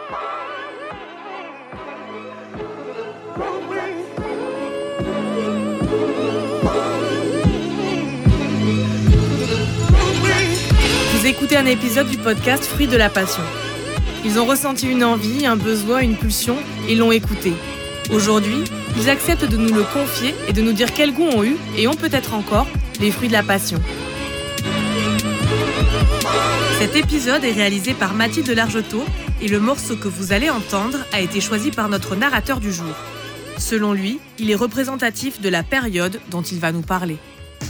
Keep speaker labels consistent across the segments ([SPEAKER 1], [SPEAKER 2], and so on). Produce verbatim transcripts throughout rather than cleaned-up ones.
[SPEAKER 1] Vous écoutez un épisode du podcast Fruits de la Passion. Ils ont ressenti une envie, un besoin, une pulsion et l'ont écouté. Aujourd'hui, ils acceptent de nous le confier et de nous dire quel goût ont eu et ont peut-être encore les fruits de la passion. Cet épisode est réalisé par Mathilde Largetot et le morceau que vous allez entendre a été choisi par notre narrateur du jour. Selon lui, il est représentatif de la période dont il va nous parler.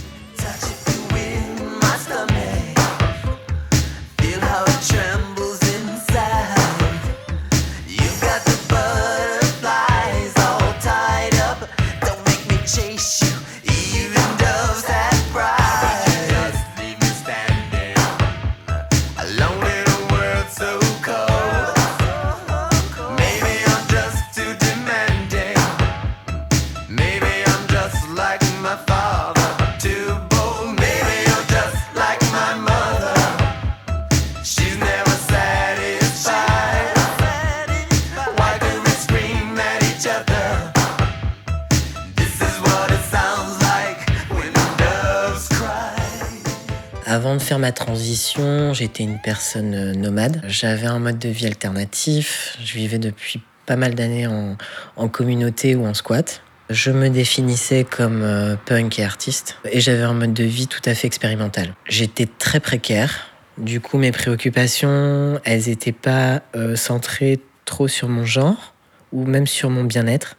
[SPEAKER 2] Avant de faire ma transition, j'étais une personne nomade. J'avais un mode de vie alternatif. Je vivais depuis pas mal d'années en, en communauté ou en squat. Je me définissais comme euh, punk et artiste. Et j'avais un mode de vie tout à fait expérimental. J'étais très précaire. Du coup, mes préoccupations, elles n'étaient pas euh, centrées trop sur mon genre ou même sur mon bien-être.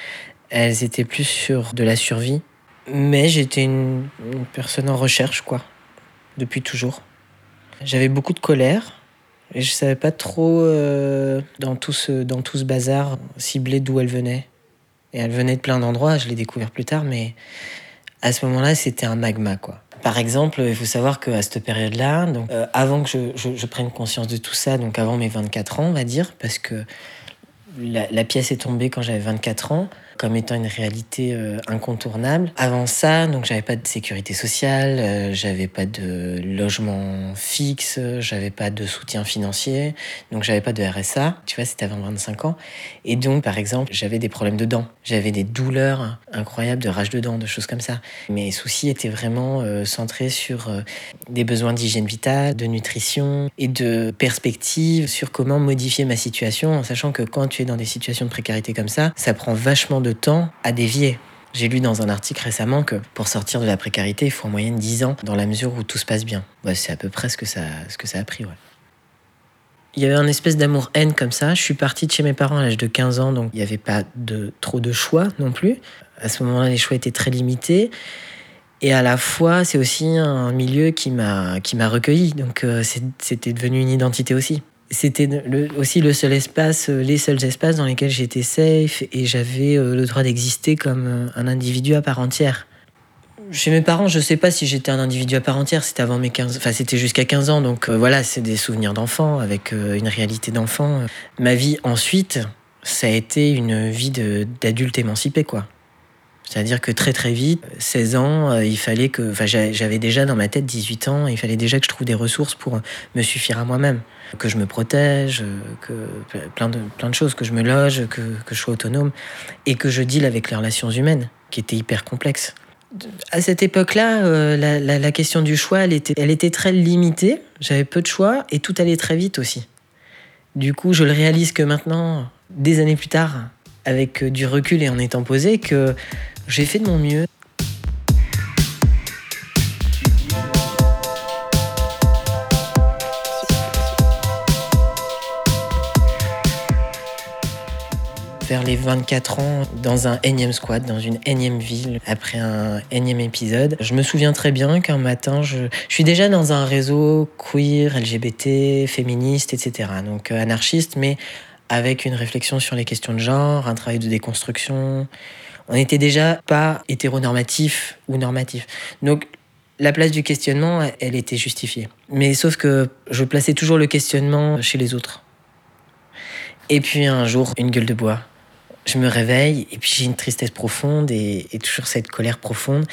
[SPEAKER 2] Elles étaient plus sur de la survie. Mais j'étais une, une personne en recherche, quoi. Depuis toujours. J'avais beaucoup de colère et je savais pas trop euh, dans, tout ce, dans tout ce bazar cibler d'où elle venait. Et elle venait de plein d'endroits, je l'ai découvert plus tard, mais à ce moment-là, c'était un magma, quoi. Par exemple, il faut savoir qu'à cette période-là, donc, euh, avant que je, je, je prenne conscience de tout ça, donc avant mes vingt-quatre ans, on va dire, parce que la, la pièce est tombée quand j'avais vingt-quatre ans, comme étant une réalité euh, incontournable. Avant ça, donc j'avais pas de sécurité sociale, euh, j'avais pas de logement fixe, j'avais pas de soutien financier, donc j'avais pas de R S A. Tu vois, c'était avant vingt-cinq ans. Et donc, par exemple, j'avais des problèmes de dents. J'avais des douleurs incroyables de rage de dents, de choses comme ça. Mes soucis étaient vraiment euh, centrés sur euh, des besoins d'hygiène vitale, de nutrition et de perspective sur comment modifier ma situation, en sachant que quand tu es dans des situations de précarité comme ça, ça prend vachement de temps à dévier. J'ai lu dans un article récemment que pour sortir de la précarité, il faut en moyenne dix ans dans la mesure où tout se passe bien. Ouais, c'est à peu près ce que ça, ce que ça a pris, ouais. Il y avait un espèce d'amour-haine comme ça. Je suis partie de chez mes parents à l'âge de quinze ans, donc il n'y avait pas de, trop de choix non plus. À ce moment-là, les choix étaient très limités. Et à la fois, c'est aussi un milieu qui m'a, qui m'a recueilli. Donc euh, c'est, c'était devenu une identité aussi. C'était le, aussi le seul espace, les seuls espaces dans lesquels j'étais safe et j'avais le droit d'exister comme un individu à part entière. Chez mes parents, je sais pas si j'étais un individu à part entière, c'était avant mes quinze, enfin c'était jusqu'à quinze ans, donc euh, voilà, c'est des souvenirs d'enfant avec euh, une réalité d'enfant. Ma vie ensuite, ça a été une vie de, d'adulte émancipé, quoi. C'est-à-dire que très très vite, seize ans, euh, il fallait que, enfin j'avais déjà dans ma tête dix-huit ans, il fallait déjà que je trouve des ressources pour me suffire à moi-même, que je me protège, que plein de plein de choses, que je me loge, que que je sois autonome et que je deal avec les relations humaines, qui étaient hyper complexes. À cette époque-là, euh, la, la, la question du choix, elle était, elle était très limitée. J'avais peu de choix et tout allait très vite aussi. Du coup, je le réalise que maintenant, des années plus tard, avec du recul et en étant posé, que j'ai fait de mon mieux. Vers les vingt-quatre ans, dans un énième squat, dans une énième ville, après un énième épisode. Je me souviens très bien qu'un matin, je, je suis déjà dans un réseau queer, L G B T, féministe, et cetera. Donc euh, anarchiste, mais avec une réflexion sur les questions de genre, un travail de déconstruction. On n'était déjà pas hétéronormatif ou normatif. Donc la place du questionnement, elle était justifiée. Mais sauf que je plaçais toujours le questionnement chez les autres. Et puis un jour, une gueule de bois. Je me réveille et puis j'ai une tristesse profonde et, et toujours cette colère profonde.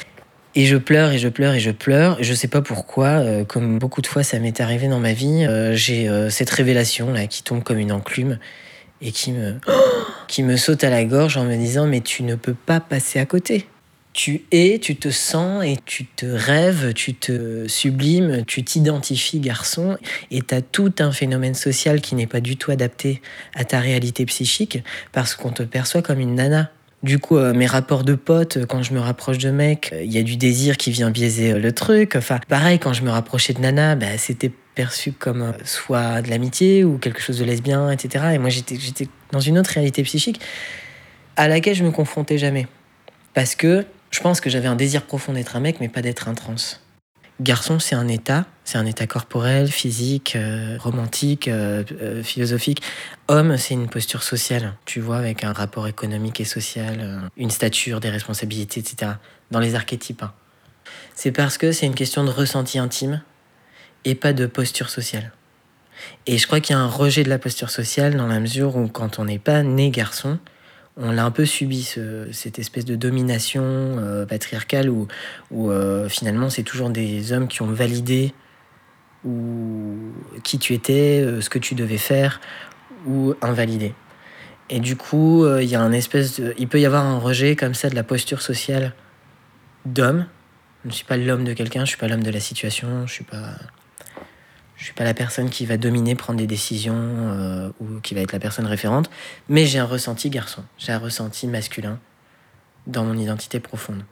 [SPEAKER 2] Et je pleure et je pleure et je pleure. Et je sais pas pourquoi, euh, comme beaucoup de fois ça m'est arrivé dans ma vie, euh, j'ai euh, cette révélation là qui tombe comme une enclume et qui me, qui me saute à la gorge en me disant mais tu ne peux pas passer à côté. Tu es, tu te sens et tu te rêves, tu te sublimes, tu t'identifies garçon et tu as tout un phénomène social qui n'est pas du tout adapté à ta réalité psychique parce qu'on te perçoit comme une nana. Du coup, euh, mes rapports de potes, quand je me rapproche de mecs, il euh, y a du désir qui vient biaiser euh, le truc. Enfin, pareil, quand je me rapprochais de nana, bah, c'était perçu comme euh, soit de l'amitié ou quelque chose de lesbien, et cetera. Et moi, j'étais, j'étais dans une autre réalité psychique à laquelle je me confrontais jamais. Parce que je pense que j'avais un désir profond d'être un mec, mais pas d'être un trans. Garçon, c'est un état, c'est un état corporel, physique, euh, romantique, euh, euh, philosophique. Homme, c'est une posture sociale, tu vois, avec un rapport économique et social, euh, une stature, des responsabilités, et cetera. Dans les archétypes. Hein. C'est parce que c'est une question de ressenti intime et pas de posture sociale. Et je crois qu'il y a un rejet de la posture sociale dans la mesure où quand on n'est pas né garçon, on l'a un peu subi, ce, cette espèce de domination euh, patriarcale où, où euh, finalement c'est toujours des hommes qui ont validé ou qui tu étais, euh, ce que tu devais faire ou invalidé. Et du coup, il euh, y a un espèce de, il peut y avoir un rejet comme ça de la posture sociale d'homme. Je ne suis pas l'homme de quelqu'un, je ne suis pas l'homme de la situation, je suis pas... Je suis pas la personne qui va dominer, prendre des décisions euh, ou qui va être la personne référente, mais j'ai un ressenti garçon, j'ai un ressenti masculin dans mon identité profonde.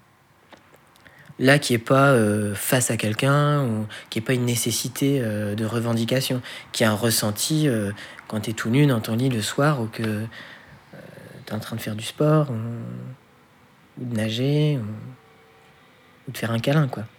[SPEAKER 2] Là, qui est pas euh, face à quelqu'un ou qui est pas une nécessité euh, de revendication, qui est un ressenti euh, quand t'es tout nu dans ton lit le soir ou que euh, t'es en train de faire du sport ou, ou de nager ou, ou de faire un câlin, quoi.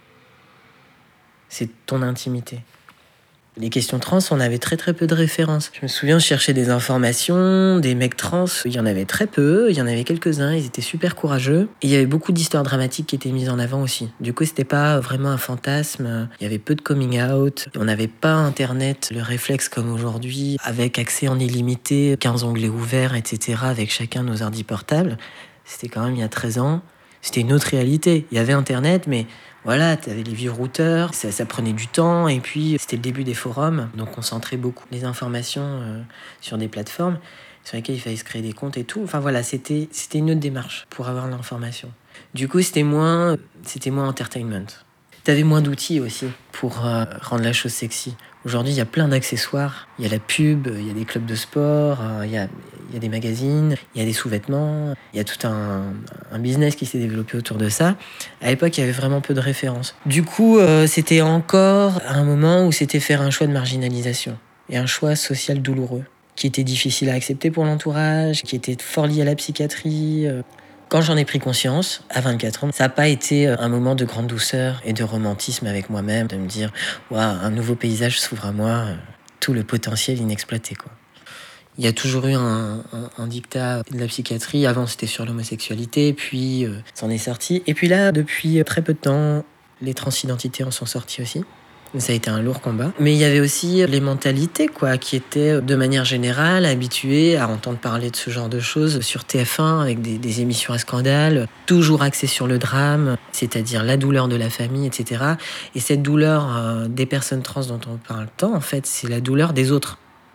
[SPEAKER 2] C'est ton intimité. Les questions trans, on avait très très peu de références. Je me souviens, je cherchais des informations, des mecs trans, il y en avait très peu, il y en avait quelques-uns, ils étaient super courageux. Et il y avait beaucoup d'histoires dramatiques qui étaient mises en avant aussi. Du coup, c'était pas vraiment un fantasme, il y avait peu de coming out, on n'avait pas internet, le réflexe comme aujourd'hui, avec accès en illimité, quinze onglets ouverts, et cetera, avec chacun nos ordi portables. C'était quand même il y a treize ans, c'était une autre réalité. Il y avait internet, mais... Voilà, t'avais les vieux routeurs, ça, ça prenait du temps, et puis c'était le début des forums, donc on centrait beaucoup les informations euh, sur des plateformes sur lesquelles il fallait se créer des comptes et tout. Enfin voilà, c'était, c'était une autre démarche pour avoir l'information. Du coup, c'était moins, c'était moins entertainment. T'avais moins d'outils aussi pour euh, rendre la chose sexy. Aujourd'hui, il y a plein d'accessoires. Il y a la pub, il y a des clubs de sport, euh, il y a, il y a des magazines, il y a des sous-vêtements. Il y a tout un, un business qui s'est développé autour de ça. À l'époque, il y avait vraiment peu de références. Du coup, euh, c'était encore un moment où c'était faire un choix de marginalisation et un choix social douloureux qui était difficile à accepter pour l'entourage, qui était fort lié à la psychiatrie. Euh, Quand j'en ai pris conscience, à vingt-quatre ans, ça n'a pas été un moment de grande douceur et de romantisme avec moi-même, de me dire « Waouh, un nouveau paysage s'ouvre à moi, tout le potentiel inexploité. » quoi. Il y a toujours eu un, un, un dictat de la psychiatrie. Avant, c'était sur l'homosexualité, puis euh, ça en est sorti. Et puis là, depuis très peu de temps, les transidentités en sont sorties aussi. Ça a été un lourd combat. Mais il y avait aussi les mentalités, quoi, qui étaient de manière générale habituées à entendre parler de ce genre de choses sur T F un avec des, des émissions à scandale, toujours axées sur le drame, c'est-à-dire la douleur de la famille, et cetera. Et cette douleur euh, des personnes trans dont on parle tant, en fait, c'est la douleur des autres.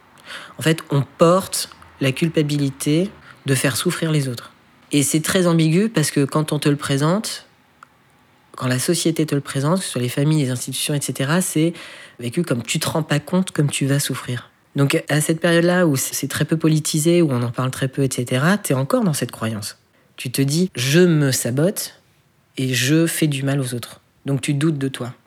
[SPEAKER 2] En fait, on porte la culpabilité de faire souffrir les autres. Et c'est très ambigu parce que quand on te le présente, quand la société te le présente, que ce soit les familles, les institutions, et cetera, c'est vécu comme tu te rends pas compte, comme tu vas souffrir. Donc à cette période-là où c'est très peu politisé, où on en parle très peu, et cetera, t'es encore dans cette croyance. Tu te dis, je me sabote et je fais du mal aux autres. Donc tu doutes de toi.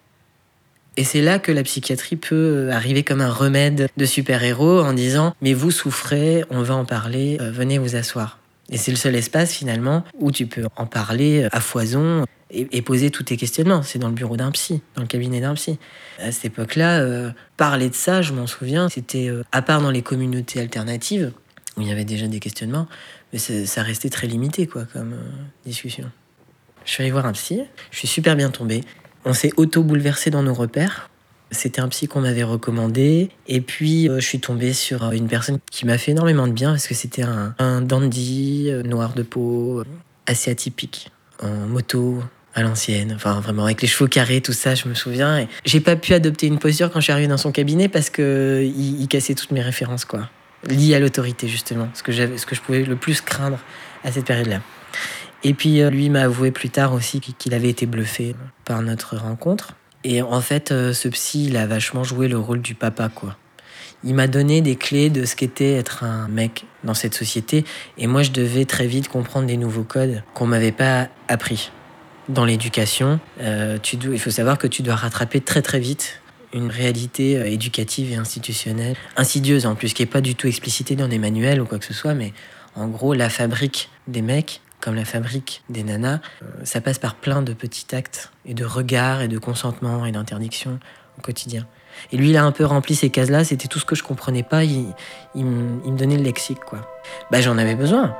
[SPEAKER 2] Et c'est là que la psychiatrie peut arriver comme un remède de super-héros en disant « Mais vous souffrez, on va en parler, euh, venez vous asseoir ». Et c'est le seul espace finalement où tu peux en parler à foison et, et poser tous tes questionnements. C'est dans le bureau d'un psy, dans le cabinet d'un psy. À cette époque-là, euh, parler de ça, je m'en souviens, c'était euh, à part dans les communautés alternatives où il y avait déjà des questionnements, mais ça restait très limité quoi, comme euh, discussion. Je suis allé voir un psy, je suis super bien tombé. On s'est auto-bouleversé dans nos repères. C'était un psy qu'on m'avait recommandé. Et puis, euh, je suis tombée sur une personne qui m'a fait énormément de bien parce que c'était un, un dandy, euh, noir de peau, euh, assez atypique, en moto, à l'ancienne, enfin vraiment avec les cheveux carrés, tout ça, je me souviens. Et j'ai pas pu adopter une posture quand je suis arrivée dans son cabinet parce que il, il cassait toutes mes références, quoi, liées à l'autorité justement, ce que j'avais, ce que je pouvais le plus craindre à cette période-là. Et puis euh, lui m'a avoué plus tard aussi qu'il avait été bluffé par notre rencontre. Et en fait, euh, ce psy, il a vachement joué le rôle du papa, quoi. Il m'a donné des clés de ce qu'était être un mec dans cette société. Et moi, je devais très vite comprendre des nouveaux codes qu'on m'avait pas appris. Dans l'éducation, euh, tu dois, il faut savoir que tu dois rattraper très très vite une réalité euh, éducative et institutionnelle, insidieuse en plus, qui n'est pas du tout explicitée dans des manuels ou quoi que ce soit, mais en gros, la fabrique des mecs, comme la fabrique des nanas, euh, ça passe par plein de petits actes et de regards et de consentement et d'interdiction au quotidien. Et lui, il a un peu rempli ces cases-là, c'était tout ce que je comprenais pas, il, il, me, il me donnait le lexique, quoi. Bah, j'en avais besoin.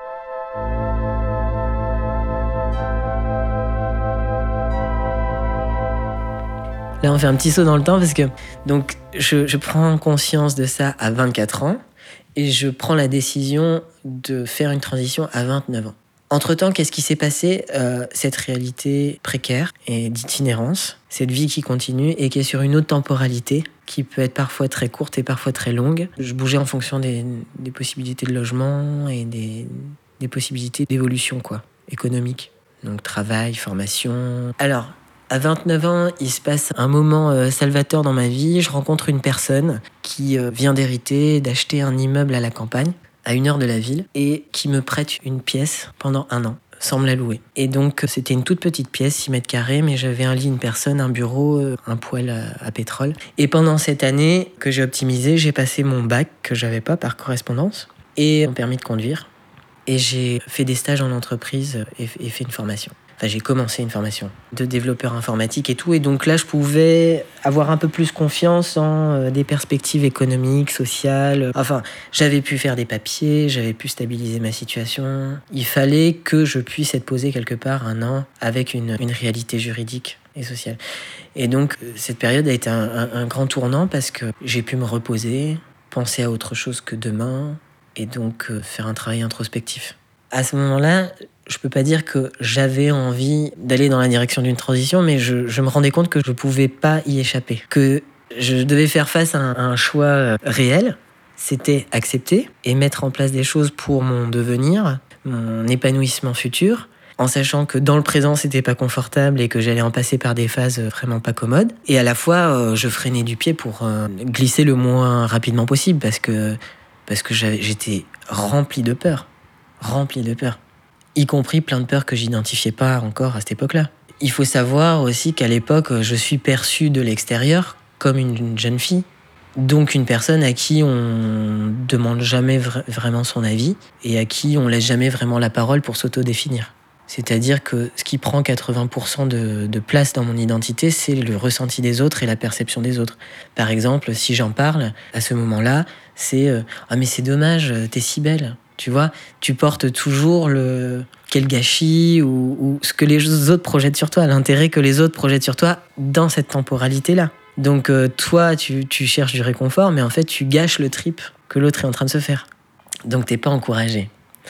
[SPEAKER 2] Là, on fait un petit saut dans le temps parce que donc, je, je prends conscience de ça à vingt-quatre ans et je prends la décision de faire une transition à vingt-neuf ans. Entre-temps, qu'est-ce qui s'est passé ? euh, Cette réalité précaire et d'itinérance, cette vie qui continue et qui est sur une autre temporalité qui peut être parfois très courte et parfois très longue. Je bougeais en fonction des, des possibilités de logement et des, des possibilités d'évolution, quoi, économique. Donc travail, formation. Alors, à vingt-neuf ans, il se passe un moment euh, salvateur dans ma vie. Je rencontre une personne qui euh, vient d'hériter, d'acheter un immeuble à la campagne, à une heure de la ville, et qui me prête une pièce pendant un an, sans me la louer. Et donc, c'était une toute petite pièce, six mètres carrés, mais j'avais un lit, une personne, un bureau, euh, un poêle à, à pétrole. Et pendant cette année que j'ai optimisé, j'ai passé mon bac, que j'avais pas par correspondance, et mon permis de conduire. Et j'ai fait des stages en entreprise et, et fait une formation. Enfin, j'ai commencé une formation de développeur informatique et tout. Et donc là, je pouvais avoir un peu plus confiance en euh, des perspectives économiques, sociales. Enfin, j'avais pu faire des papiers, j'avais pu stabiliser ma situation. Il fallait que je puisse être posé quelque part un an avec une, une réalité juridique et sociale. Et donc, cette période a été un, un, un grand tournant parce que j'ai pu me reposer, penser à autre chose que demain et donc euh, faire un travail introspectif. À ce moment-là, je peux pas dire que j'avais envie d'aller dans la direction d'une transition, mais je, je me rendais compte que je pouvais pas y échapper. Que je devais faire face à un, à un choix réel. C'était accepter et mettre en place des choses pour mon devenir, mon épanouissement futur, en sachant que dans le présent, c'était pas confortable et que j'allais en passer par des phases vraiment pas commodes. Et à la fois, euh, je freinais du pied pour euh, glisser le moins rapidement possible parce que, parce que j'étais rempli de peur. Rempli de peur. Y compris plein de peurs que j'identifiais pas encore à cette époque-là. Il faut savoir aussi qu'à l'époque, je suis perçue de l'extérieur comme une jeune fille, donc une personne à qui on demande jamais vra- vraiment son avis et à qui on laisse jamais vraiment la parole pour s'autodéfinir. C'est-à-dire que ce qui prend quatre-vingts pour cent de, de place dans mon identité, c'est le ressenti des autres et la perception des autres. Par exemple, si j'en parle, à ce moment-là, c'est euh, « Ah mais c'est dommage, t'es si belle ». Tu vois, tu portes toujours le quel gâchis ou, ou ce que les autres projettent sur toi, l'intérêt que les autres projettent sur toi dans cette temporalité-là. Donc euh, toi, tu, tu cherches du réconfort, mais en fait, tu gâches le trip que l'autre est en train de se faire. Donc t'es pas encouragé.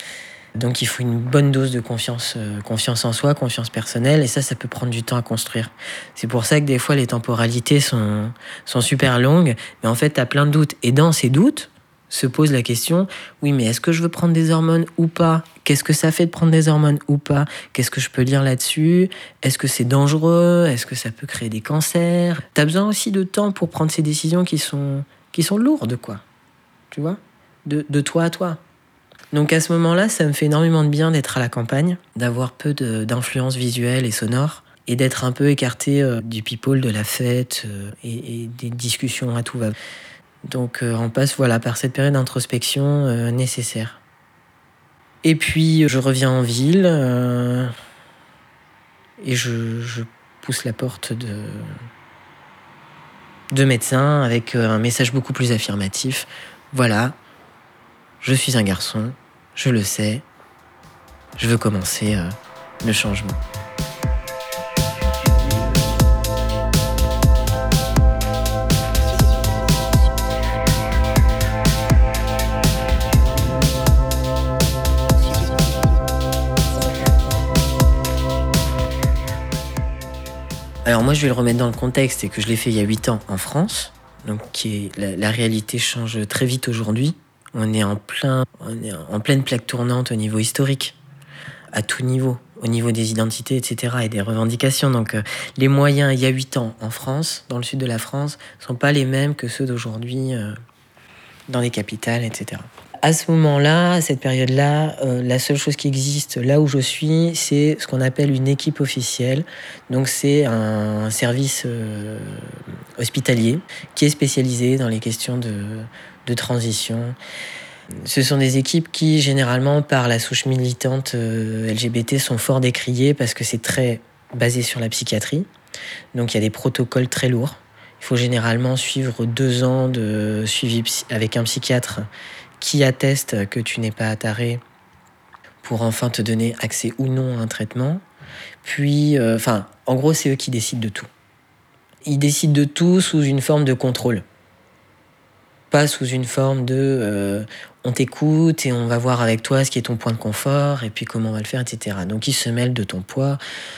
[SPEAKER 2] Donc il faut une bonne dose de confiance, euh, confiance en soi, confiance personnelle, et ça, ça peut prendre du temps à construire. C'est pour ça que des fois, les temporalités sont, sont super longues, mais en fait, t'as plein de doutes. Et dans ces doutes, se pose la question, oui, mais est-ce que je veux prendre des hormones ou pas ? Qu'est-ce que ça fait de prendre des hormones ou pas ? Qu'est-ce que je peux lire là-dessus ? Est-ce que c'est dangereux ? Est-ce que ça peut créer des cancers ? T'as besoin aussi de temps pour prendre ces décisions qui sont, qui sont lourdes, quoi. Tu vois ? De, de toi à toi. Donc à ce moment-là, ça me fait énormément de bien d'être à la campagne, d'avoir peu de, d'influence visuelle et sonore, et d'être un peu écarté euh, du people, de la fête euh, et, et des discussions à tout va. Donc euh, on passe voilà, par cette période d'introspection euh, nécessaire. Et puis je reviens en ville euh, et je, je pousse la porte de, de médecin avec euh, un message beaucoup plus affirmatif. Voilà, je suis un garçon, je le sais, je veux commencer euh, le changement. moi, je vais le remettre dans le contexte, c'est que je l'ai fait il y a huit ans en France. Donc, qui est, la, la réalité change très vite aujourd'hui. On est en plein, on est en pleine plaque tournante au niveau historique, à tout niveau, au niveau des identités, et cetera, et des revendications. Donc, euh, les moyens il y a huit ans en France, dans le sud de la France, sont pas les mêmes que ceux d'aujourd'hui euh, dans les capitales, et cetera. À ce moment-là, à cette période-là, euh, la seule chose qui existe là où je suis, c'est ce qu'on appelle une équipe officielle. Donc c'est un service euh, hospitalier qui est spécialisé dans les questions de, de transition. Ce sont des équipes qui, généralement, par la souche militante euh, L G B T, sont fort décriées parce que c'est très basé sur la psychiatrie. Donc il y a des protocoles très lourds. Il faut généralement suivre deux ans de suivi psy- avec un psychiatre qui atteste que tu n'es pas attaré pour enfin te donner accès ou non à un traitement. Puis, enfin, euh, en gros, c'est eux qui décident de tout. Ils décident de tout sous une forme de contrôle. Pas sous une forme de euh, on t'écoute et on va voir avec toi ce qui est ton point de confort et puis comment on va le faire, et cetera. Donc, ils se mêlent de ton poids,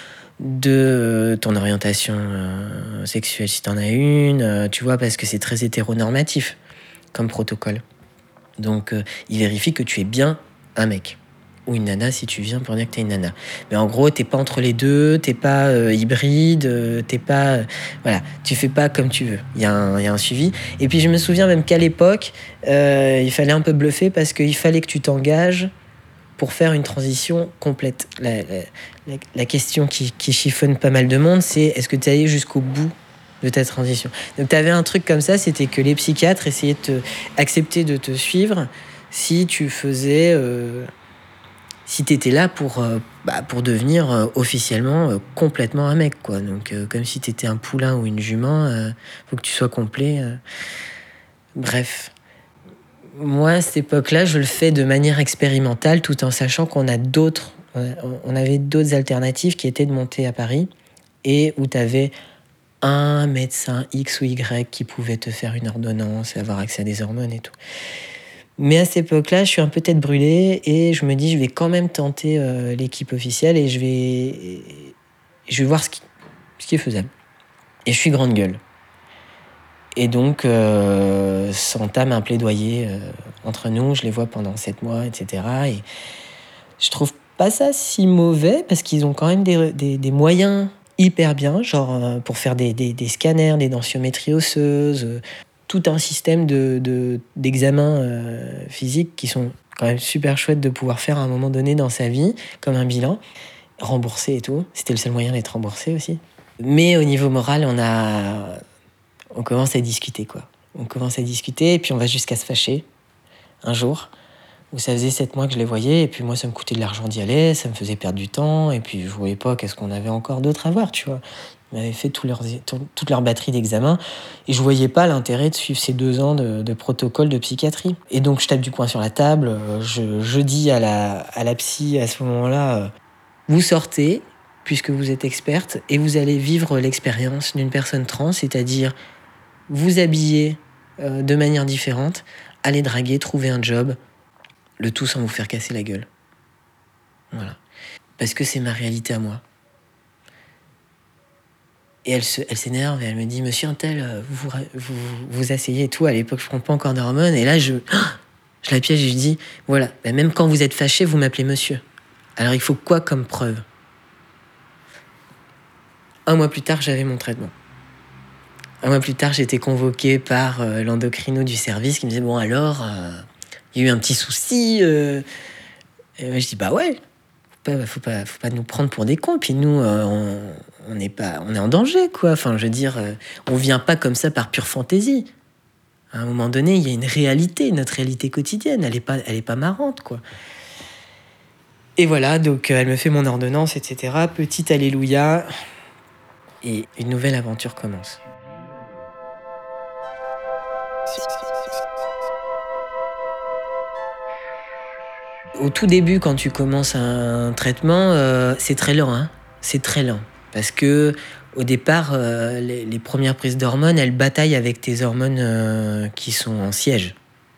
[SPEAKER 2] de ton orientation euh, sexuelle si t'en as une, euh, tu vois, parce que c'est très hétéronormatif comme protocole. Donc, euh, il vérifie que tu es bien un mec. Ou une nana si tu viens pour dire que t'es une nana. Mais en gros, t'es pas entre les deux, t'es pas euh, hybride, euh, t'es pas... Euh, voilà, tu fais pas comme tu veux. Il y, y a un suivi. Et puis, je me souviens même qu'à l'époque, euh, il fallait un peu bluffer parce qu'il fallait que tu t'engages pour faire une transition complète. La, la, la question qui, qui chiffonne pas mal de monde, c'est est-ce que t'es allé jusqu'au bout de ta transition. Donc tu avais un truc comme ça, c'était que les psychiatres essayaient de te, accepter de te suivre si tu faisais... Euh, si tu étais là pour, euh, bah, pour devenir euh, officiellement euh, complètement un mec, quoi. Donc euh, comme si tu étais un poulain ou une jument, euh, faut que tu sois complet. Euh. Bref. Moi, à cette époque-là, je le fais de manière expérimentale, tout en sachant qu'on a d'autres... On avait d'autres alternatives qui étaient de monter à Paris et où tu avais un médecin X ou Y qui pouvait te faire une ordonnance et avoir accès à des hormones et tout. Mais à cette époque-là, je suis un peu tête brûlée et je me dis, je vais quand même tenter euh, l'équipe officielle et je vais, je vais voir ce qui, ce qui est faisable. Et je suis grande gueule. Et donc, euh, s'entame un plaidoyer euh, entre nous. Je les vois pendant sept mois, et cetera. Et je trouve pas ça si mauvais parce qu'ils ont quand même des, des, des moyens hyper bien, genre euh, pour faire des, des, des scanners, des densitométries osseuses, euh, tout un système de, de, d'examens euh, physiques qui sont quand même super chouettes de pouvoir faire à un moment donné dans sa vie, comme un bilan, remboursé et tout. C'était le seul moyen d'être remboursé aussi. Mais au niveau moral, on a... on commence à discuter, quoi. On commence à discuter et puis on va jusqu'à se fâcher un jour où ça faisait sept mois que je les voyais et puis moi ça me coûtait de l'argent d'y aller, ça me faisait perdre du temps et puis je voyais pas qu'est-ce qu'on avait encore d'autre à voir, tu vois. Ils m'avaient fait tout leur, tout, toute leur batterie d'examens et je voyais pas l'intérêt de suivre ces deux ans de, de protocole de psychiatrie. Et donc je tape du poing sur la table, je, je dis à la, à la psy à ce moment-là, vous sortez puisque vous êtes experte et vous allez vivre l'expérience d'une personne trans, c'est-à-dire vous habiller euh, de manière différente, aller draguer, trouver un job, le tout sans vous faire casser la gueule. Voilà. Parce que c'est ma réalité à moi. Et elle, se, elle s'énerve et elle me dit « Monsieur Untel, vous vous, vous asseyez et tout. » À l'époque, je ne prends pas encore d'hormones. Et là, je, je la piège et je dis « Voilà, ben même quand vous êtes fâché, vous m'appelez monsieur. Alors, il faut quoi comme preuve ?» Un mois plus tard, j'avais mon traitement. Un mois plus tard, j'ai été convoquée par euh, l'endocrino du service qui me disait « Bon, alors, euh, il y a eu un petit souci. Euh... » Et je dis « Bah ouais, faut pas, faut pas, faut pas nous prendre pour des cons. Puis nous, euh, on, on, est pas, on est en danger, quoi. Enfin, je veux dire, euh, on vient pas comme ça par pure fantaisie. À un moment donné, il y a une réalité, notre réalité quotidienne. Elle est pas, elle est pas marrante, quoi. » Et voilà, donc euh, elle me fait mon ordonnance, et cetera. Petit alléluia. Et une nouvelle aventure commence. Au tout début, quand tu commences un traitement, euh, c'est très lent, hein. C'est très lent. Parce que au départ, euh, les, les premières prises d'hormones, elles bataillent avec tes hormones euh, qui sont en siège.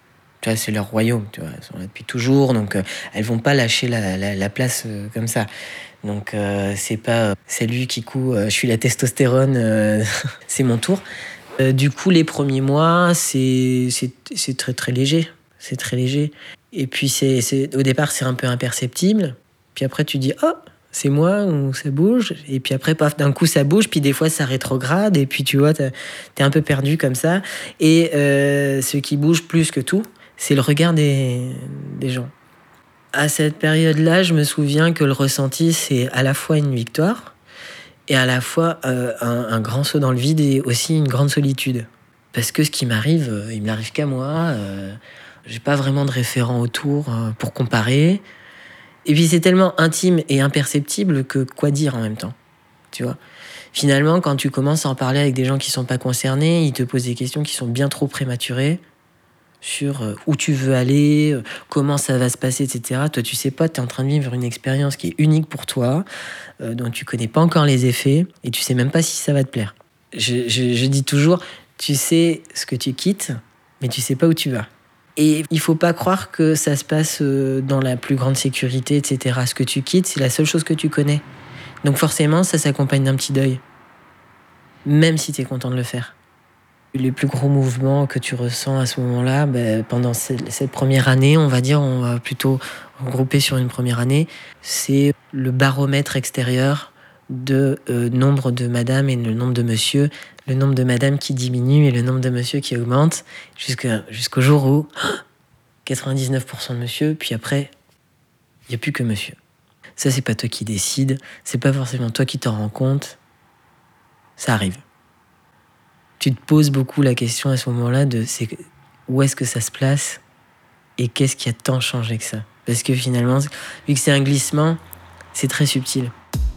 [SPEAKER 2] Tu vois, c'est leur royaume, tu vois. Elles sont là depuis toujours, donc euh, elles vont pas lâcher la, la, la place euh, comme ça. Donc euh, c'est pas euh, salut Kikou, euh, je suis la testostérone, euh, c'est mon tour. Euh, du coup, les premiers mois, c'est, c'est, c'est très très léger. C'est très léger. Et puis c'est, c'est, au départ, c'est un peu imperceptible. Puis après, tu dis oh, c'est moi, ou ça bouge. Et puis après, paf, d'un coup, ça bouge. Puis des fois, ça rétrograde. Et puis tu vois, t'es un peu perdu comme ça. Et euh, ce qui bouge plus que tout, c'est le regard des, des gens. À cette période-là, je me souviens que le ressenti, c'est à la fois une victoire et à la fois euh, un, un grand saut dans le vide et aussi une grande solitude. Parce que ce qui m'arrive, euh, il m'arrive qu'à moi. Euh, j'ai pas vraiment de référent autour euh, pour comparer. Et puis c'est tellement intime et imperceptible que quoi dire en même temps, tu vois. Finalement, quand tu commences à en parler avec des gens qui sont pas concernés, ils te posent des questions qui sont bien trop prématurées sur où tu veux aller, comment ça va se passer, et cetera. Toi, tu sais pas, tu es en train de vivre une expérience qui est unique pour toi, euh, dont tu connais pas encore les effets, et tu sais même pas si ça va te plaire. Je, je, je dis toujours, tu sais ce que tu quittes, mais tu sais pas où tu vas. Et il faut pas croire que ça se passe dans la plus grande sécurité, et cetera. Ce que tu quittes, c'est la seule chose que tu connais. Donc forcément, ça s'accompagne d'un petit deuil. Même si tu es content de le faire. Les plus gros mouvements que tu ressens à ce moment-là, ben, pendant cette première année, on va dire, on va plutôt regrouper sur une première année, c'est le baromètre extérieur de euh, nombre de madame et le nombre de monsieur, le nombre de madame qui diminue et le nombre de monsieur qui augmente, jusqu'à, jusqu'au jour où quatre-vingt-dix-neuf pour cent de monsieur, puis après, il n'y a plus que monsieur. Ça, c'est pas toi qui décides, c'est pas forcément toi qui t'en rends compte, ça arrive. Tu te poses beaucoup la question à ce moment-là de c'est, où est-ce que ça se place et qu'est-ce qui a tant changé que ça. Parce que finalement, vu que c'est un glissement, c'est très subtil.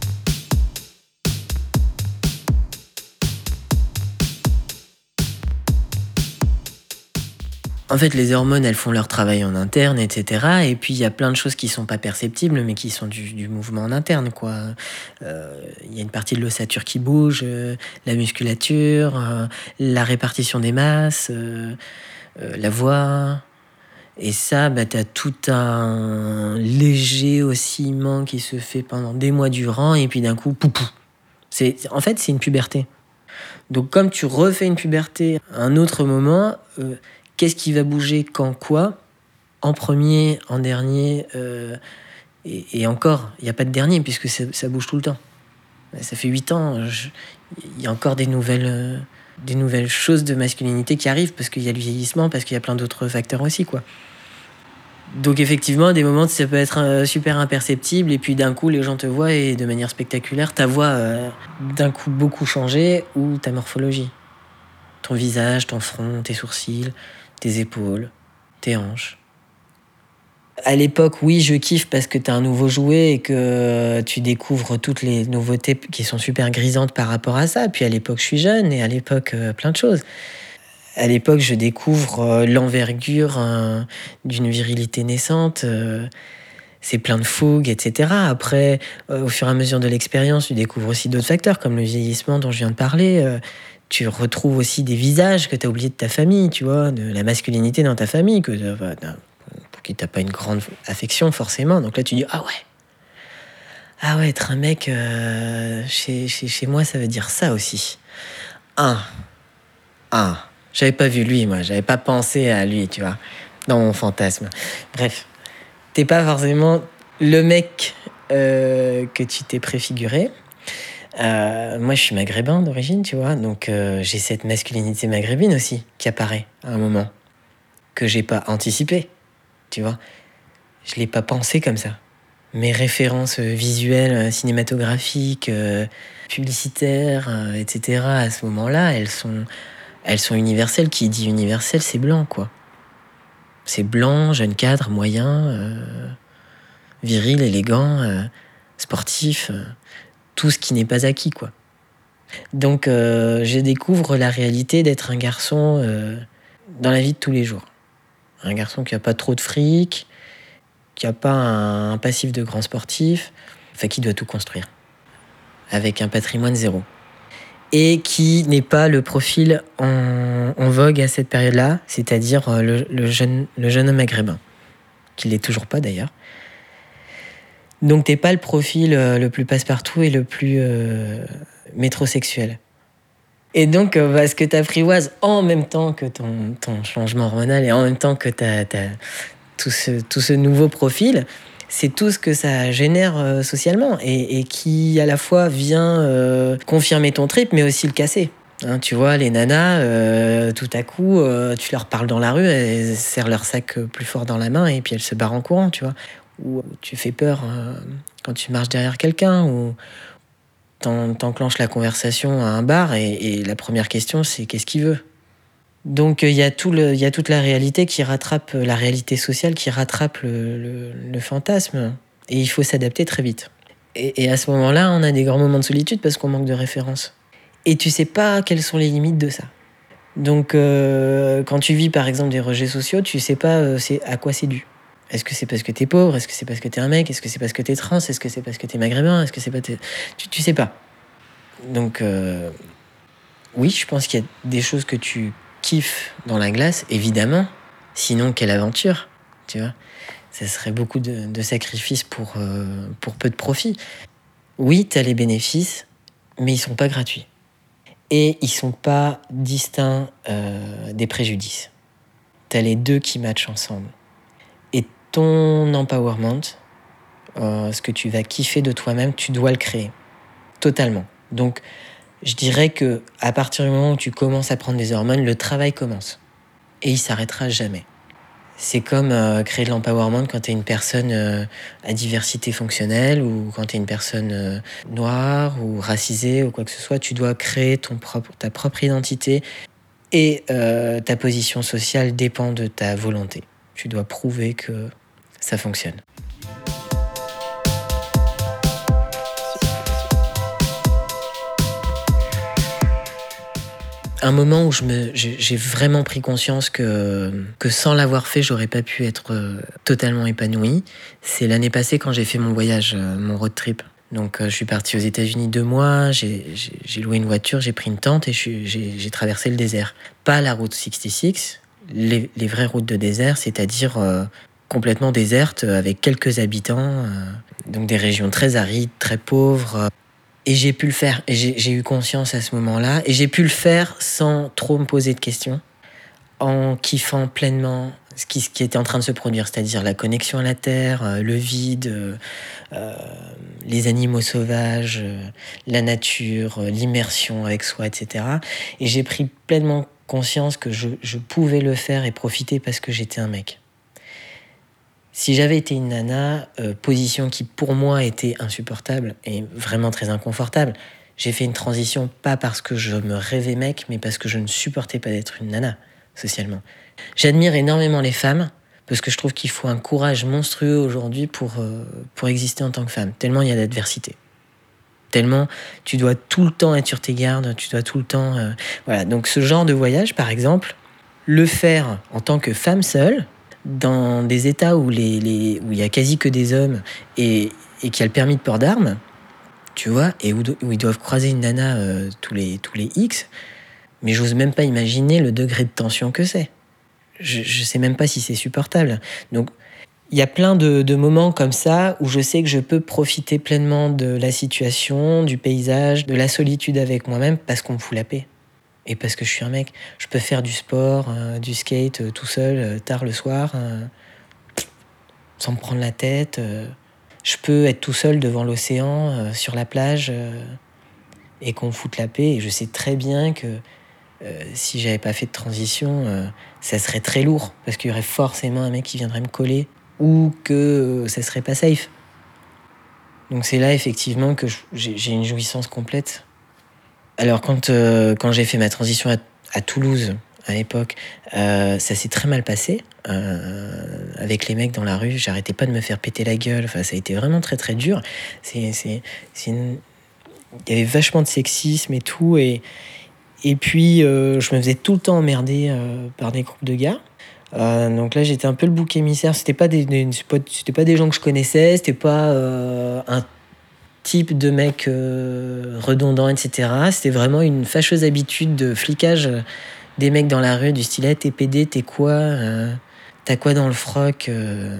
[SPEAKER 2] En fait, les hormones, elles font leur travail en interne, et cetera. Et puis, il y a plein de choses qui sont pas perceptibles, mais qui sont du, du mouvement en interne, quoi. Euh, il y a une partie de l'ossature qui bouge, euh, la musculature, euh, la répartition des masses, euh, euh, la voix. Et ça, bah, t'as tout un léger oscillement qui se fait pendant des mois durant, et puis d'un coup, poupou. C'est, en fait, c'est une puberté. Donc, comme tu refais une puberté à un autre moment... Euh, Qu'est-ce qui va bouger quand quoi, en premier, en dernier, euh, et, et encore, il n'y a pas de dernier puisque ça, ça bouge tout le temps. Ça fait huit ans, il y a encore des nouvelles, euh, des nouvelles choses de masculinité qui arrivent parce qu'il y a le vieillissement, parce qu'il y a plein d'autres facteurs aussi, quoi. Donc effectivement, à des moments, ça peut être euh, super imperceptible et puis d'un coup, les gens te voient et de manière spectaculaire, ta voix euh, d'un coup beaucoup changé ou ta morphologie. Ton visage, ton front, tes sourcils, tes épaules, tes hanches. À l'époque, oui, je kiffe parce que t'as un nouveau jouet et que tu découvres toutes les nouveautés qui sont super grisantes par rapport à ça. Puis à l'époque, je suis jeune et à l'époque, euh, plein de choses. À l'époque, je découvre euh, l'envergure euh, d'une virilité naissante. Euh, c'est plein de fougue, et cetera. Après, euh, au fur et à mesure de l'expérience, tu découvres aussi d'autres facteurs comme le vieillissement dont je viens de parler. Euh, Tu retrouves aussi des visages que tu as oubliés de ta famille, tu vois, de la masculinité dans ta famille, que, euh, pour qui tu n'as pas une grande affection forcément. Donc là, tu dis, ah ouais, ah ouais, être un mec, euh, chez, chez, chez moi, ça veut dire ça aussi. Ah, ah, j'avais pas vu lui, moi, j'avais pas pensé à lui, tu vois, dans mon fantasme. Bref, t'es pas forcément le mec euh, que tu t'es préfiguré. Euh, moi, je suis maghrébin d'origine, tu vois, donc euh, j'ai cette masculinité maghrébine aussi qui apparaît à un moment que j'ai pas anticipé, tu vois. Je l'ai pas pensé comme ça. Mes références visuelles, cinématographiques, euh, publicitaires, euh, et cetera. À ce moment-là, elles sont, elles sont universelles. Qui dit universel, c'est blanc, quoi. C'est blanc, jeune cadre, moyen, euh, viril, élégant, euh, sportif. Euh, tout ce qui n'est pas acquis, quoi. Donc, euh, je découvre la réalité d'être un garçon euh, dans la vie de tous les jours. Un garçon qui n'a pas trop de fric, qui n'a pas un, un passif de grand sportif, enfin, qui doit tout construire. Avec un patrimoine zéro. et qui n'est pas le profil en, en vogue à cette période-là, c'est-à-dire le, le, jeune, le jeune homme maghrébin, qui ne l'est toujours pas d'ailleurs. Donc t'es pas le profil le plus passe-partout et le plus euh, métrosexuel. Et donc, euh, bah, ce que t'apprivoises en même temps que ton, ton changement hormonal et en même temps que t'as, t'as tout, ce, tout ce nouveau profil, c'est tout ce que ça génère euh, socialement et, et qui à la fois vient euh, confirmer ton trip mais aussi le casser. Hein, tu vois, les nanas, euh, tout à coup, euh, tu leur parles dans la rue, elles serrent leur sac plus fort dans la main et puis elles se barrent en courant, tu vois. Ou tu fais peur euh, quand tu marches derrière quelqu'un ou t'en, t'enclenches la conversation à un bar et, et la première question c'est qu'est-ce qu'il veut. Donc il y a tout le, il y a toute la réalité qui rattrape, la réalité sociale qui rattrape le, le, le fantasme et il faut s'adapter très vite. Et, et à ce moment-là, on a des grands moments de solitude parce qu'on manque de références. Et tu sais pas quelles sont les limites de ça. Donc euh, quand tu vis par exemple des rejets sociaux, tu sais pas euh, c'est, à quoi c'est dû. Est-ce que c'est parce que t'es pauvre? Est-ce que c'est parce que t'es un mec? Est-ce que c'est parce que t'es trans? Est-ce que c'est parce que t'es maghrébin? Est-ce que c'est pas t'es... Tu, tu sais pas. Donc euh, oui, je pense qu'il y a des choses que tu kiffes dans la glace, évidemment. Sinon, quelle aventure, tu vois. Ça serait beaucoup de, de sacrifices pour, euh, pour peu de profit. Oui, t'as les bénéfices, mais ils sont pas gratuits. Et ils sont pas distincts euh, des préjudices. T'as les deux qui matchent ensemble. Et ton empowerment, euh, ce que tu vas kiffer de toi-même, tu dois le créer. Totalement. Donc, je dirais que à partir du moment où tu commences à prendre des hormones, le travail commence. Et il s'arrêtera jamais. C'est comme euh, créer de l'empowerment quand tu es une personne euh, à diversité fonctionnelle ou quand tu es une personne euh, noire ou racisée ou quoi que ce soit. Tu dois créer ton propre, ta propre identité et euh, ta position sociale dépend de ta volonté. Tu dois prouver que ça fonctionne. Un moment où je me, j'ai, j'ai vraiment pris conscience que, que sans l'avoir fait, j'aurais pas pu être euh, totalement épanoui. C'est l'année passée quand j'ai fait mon voyage, euh, mon road trip. Donc euh, je suis parti aux États-Unis deux mois, j'ai, j'ai, j'ai loué une voiture, j'ai pris une tente et je suis, j'ai, j'ai traversé le désert. Pas la route soixante-six, les, les vraies routes de désert, c'est-à-dire euh, complètement désertes avec quelques habitants, euh, donc des régions très arides, très pauvres. Euh, Et j'ai pu le faire, et j'ai, j'ai eu conscience à ce moment-là, et j'ai pu le faire sans trop me poser de questions, en kiffant pleinement ce qui, ce qui était en train de se produire, c'est-à-dire la connexion à la terre, euh, le vide, euh, euh, les animaux sauvages, euh, la nature, euh, l'immersion avec soi, et cetera. Et j'ai pris pleinement conscience que je, je pouvais le faire et profiter parce que j'étais un mec. Si j'avais été une nana, euh, position qui pour moi était insupportable et vraiment très inconfortable, j'ai fait une transition pas parce que je me rêvais mec, mais parce que je ne supportais pas d'être une nana, socialement. J'admire énormément les femmes, parce que je trouve qu'il faut un courage monstrueux aujourd'hui pour, euh, pour exister en tant que femme, tellement il y a d'adversité. Tellement tu dois tout le temps être sur tes gardes, tu dois tout le temps... Euh, voilà, donc ce genre de voyage, par exemple, le faire en tant que femme seule, dans des états où les, les où il y a quasi que des hommes et et qui a le permis de port d'armes, tu vois, et où, où ils doivent croiser une nana euh, tous les tous les X, mais j'ose même pas imaginer le degré de tension que c'est. Je je sais même pas si c'est supportable. Donc il y a plein de, de moments comme ça où je sais que je peux profiter pleinement de la situation, du paysage, de la solitude avec moi-même parce qu'on me fout la paix. Et parce que je suis un mec, je peux faire du sport, euh, du skate euh, tout seul, euh, tard le soir, euh, sans me prendre la tête. Euh, je peux être tout seul devant l'océan, euh, sur la plage, euh, et qu'on me foute la paix. Et je sais très bien que euh, si j'avais pas fait de transition, euh, ça serait très lourd, parce qu'il y aurait forcément un mec qui viendrait me coller, ou que euh, ça serait pas safe. Donc c'est là effectivement que je, j'ai, j'ai une jouissance complète. Alors quand, euh, quand j'ai fait ma transition à, à Toulouse, à l'époque, euh, ça s'est très mal passé. Euh, avec les mecs dans la rue, j'arrêtais pas de me faire péter la gueule. Enfin, ça a été vraiment très très dur. C'est, c'est, c'est une... Il y avait vachement de sexisme et tout. Et, et puis, euh, je me faisais tout le temps emmerder euh, par des groupes de gars. Euh, donc là, j'étais un peu le bouc émissaire. C'était pas des, des, c'était pas des gens que je connaissais. C'était pas euh, un type de mec euh, redondant, et cetera. C'était vraiment une fâcheuse habitude de flicage des mecs dans la rue, du style hey, « t'es pédé, t'es quoi euh, t'as quoi dans le froc euh,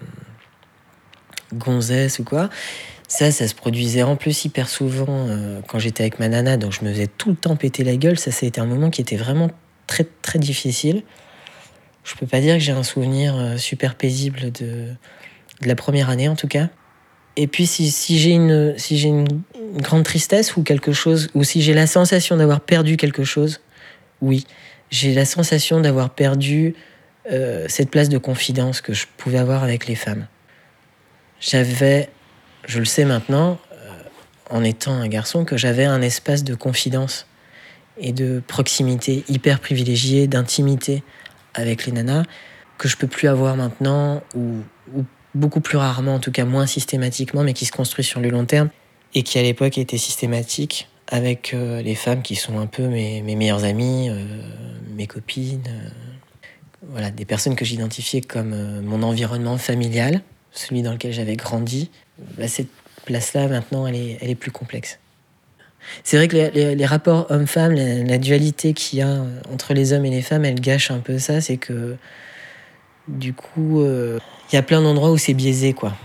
[SPEAKER 2] gonzesse ou quoi ?» Ça, ça se produisait en plus hyper souvent euh, quand j'étais avec ma nana, donc je me faisais tout le temps péter la gueule. Ça, ça a été un moment qui était vraiment très, très difficile. Je peux pas dire que j'ai un souvenir euh, super paisible de, de la première année, en tout cas. Et puis, si, si j'ai, une, si j'ai une, une grande tristesse ou quelque chose, ou si j'ai la sensation d'avoir perdu quelque chose, oui, j'ai la sensation d'avoir perdu euh, cette place de confidence que je pouvais avoir avec les femmes. J'avais... Je le sais maintenant, euh, en étant un garçon, que j'avais un espace de confidence et de proximité hyper privilégié, d'intimité avec les nanas, que je peux plus avoir maintenant, ou, ou beaucoup plus rarement, en tout cas moins systématiquement, mais qui se construit sur le long terme, et qui à l'époque était systématique avec euh, les femmes qui sont un peu mes, mes meilleures amies, euh, mes copines, euh, voilà, des personnes que j'identifiais comme euh, mon environnement familial, celui dans lequel j'avais grandi. Là, cette place-là, maintenant, elle est, elle est plus complexe. C'est vrai que les, les, les rapports hommes-femmes, la, la dualité qu'il y a entre les hommes et les femmes, elle gâche un peu ça. C'est que, du coup, il euh, y a plein d'endroits où c'est biaisé, quoi.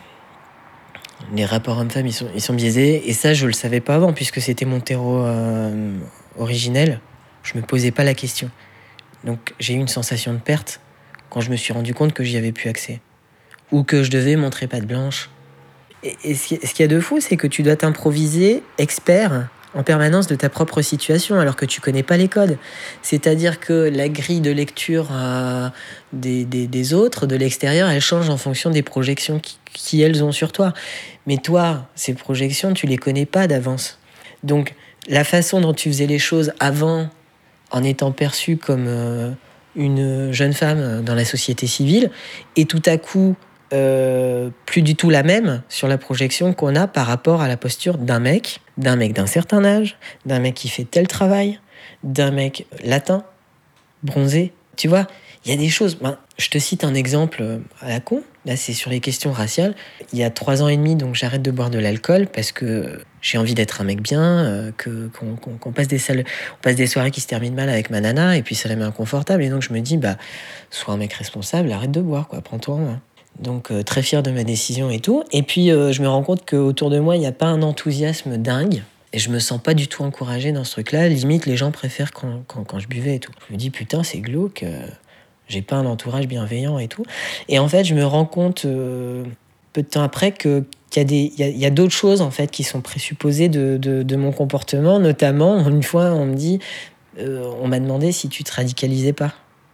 [SPEAKER 2] Les rapports hommes-femmes, ils sont, ils sont biaisés. Et ça, je le savais pas avant, puisque c'était mon terreau euh, originel. Je me posais pas la question. Donc, j'ai eu une sensation de perte quand je me suis rendu compte que j'y avais plus accès. Ou que je devais montrer patte blanche. Et, et ce qu'il y a de fou, c'est que tu dois t'improviser expert en permanence de ta propre situation, alors que tu connais pas les codes. C'est-à-dire que la grille de lecture euh, des, des, des autres, de l'extérieur, elle change en fonction des projections qui, qui, elles, ont sur toi. Mais toi, ces projections, tu les connais pas d'avance. Donc, la façon dont tu faisais les choses avant, en étant perçue comme euh, une jeune femme dans la société civile, et tout à coup... Euh, plus du tout la même sur la projection qu'on a par rapport à la posture d'un mec, d'un mec d'un certain âge, d'un mec qui fait tel travail, d'un mec latin, bronzé. Tu vois, il y a des choses... Ben, je te cite un exemple à la con. Là, c'est sur les questions raciales. Il y a trois ans et demi, donc j'arrête de boire de l'alcool parce que j'ai envie d'être un mec bien, euh, que, qu'on, qu'on, qu'on passe des salles, on passe des soirées qui se terminent mal avec ma nana et puis ça la met inconfortable. Et donc je me dis, bah, sois un mec responsable, arrête de boire, quoi, prends-toi en main. Donc euh, très fier de ma décision et tout. Et puis euh, je me rends compte qu'autour de moi, il n'y a pas un enthousiasme dingue. Et je me sens pas du tout encouragée dans ce truc-là. Limite, les gens préfèrent quand, quand, quand je buvais et tout. Je me dis, putain, c'est glauque. Euh, j'ai pas un entourage bienveillant et tout. Et en fait, je me rends compte, euh, peu de temps après, que, qu'il y a, des, il y a, il y a d'autres choses en fait, qui sont présupposées de, de, de mon comportement. Notamment, une fois, on me dit, euh, on m'a demandé si tu te radicalisais pas.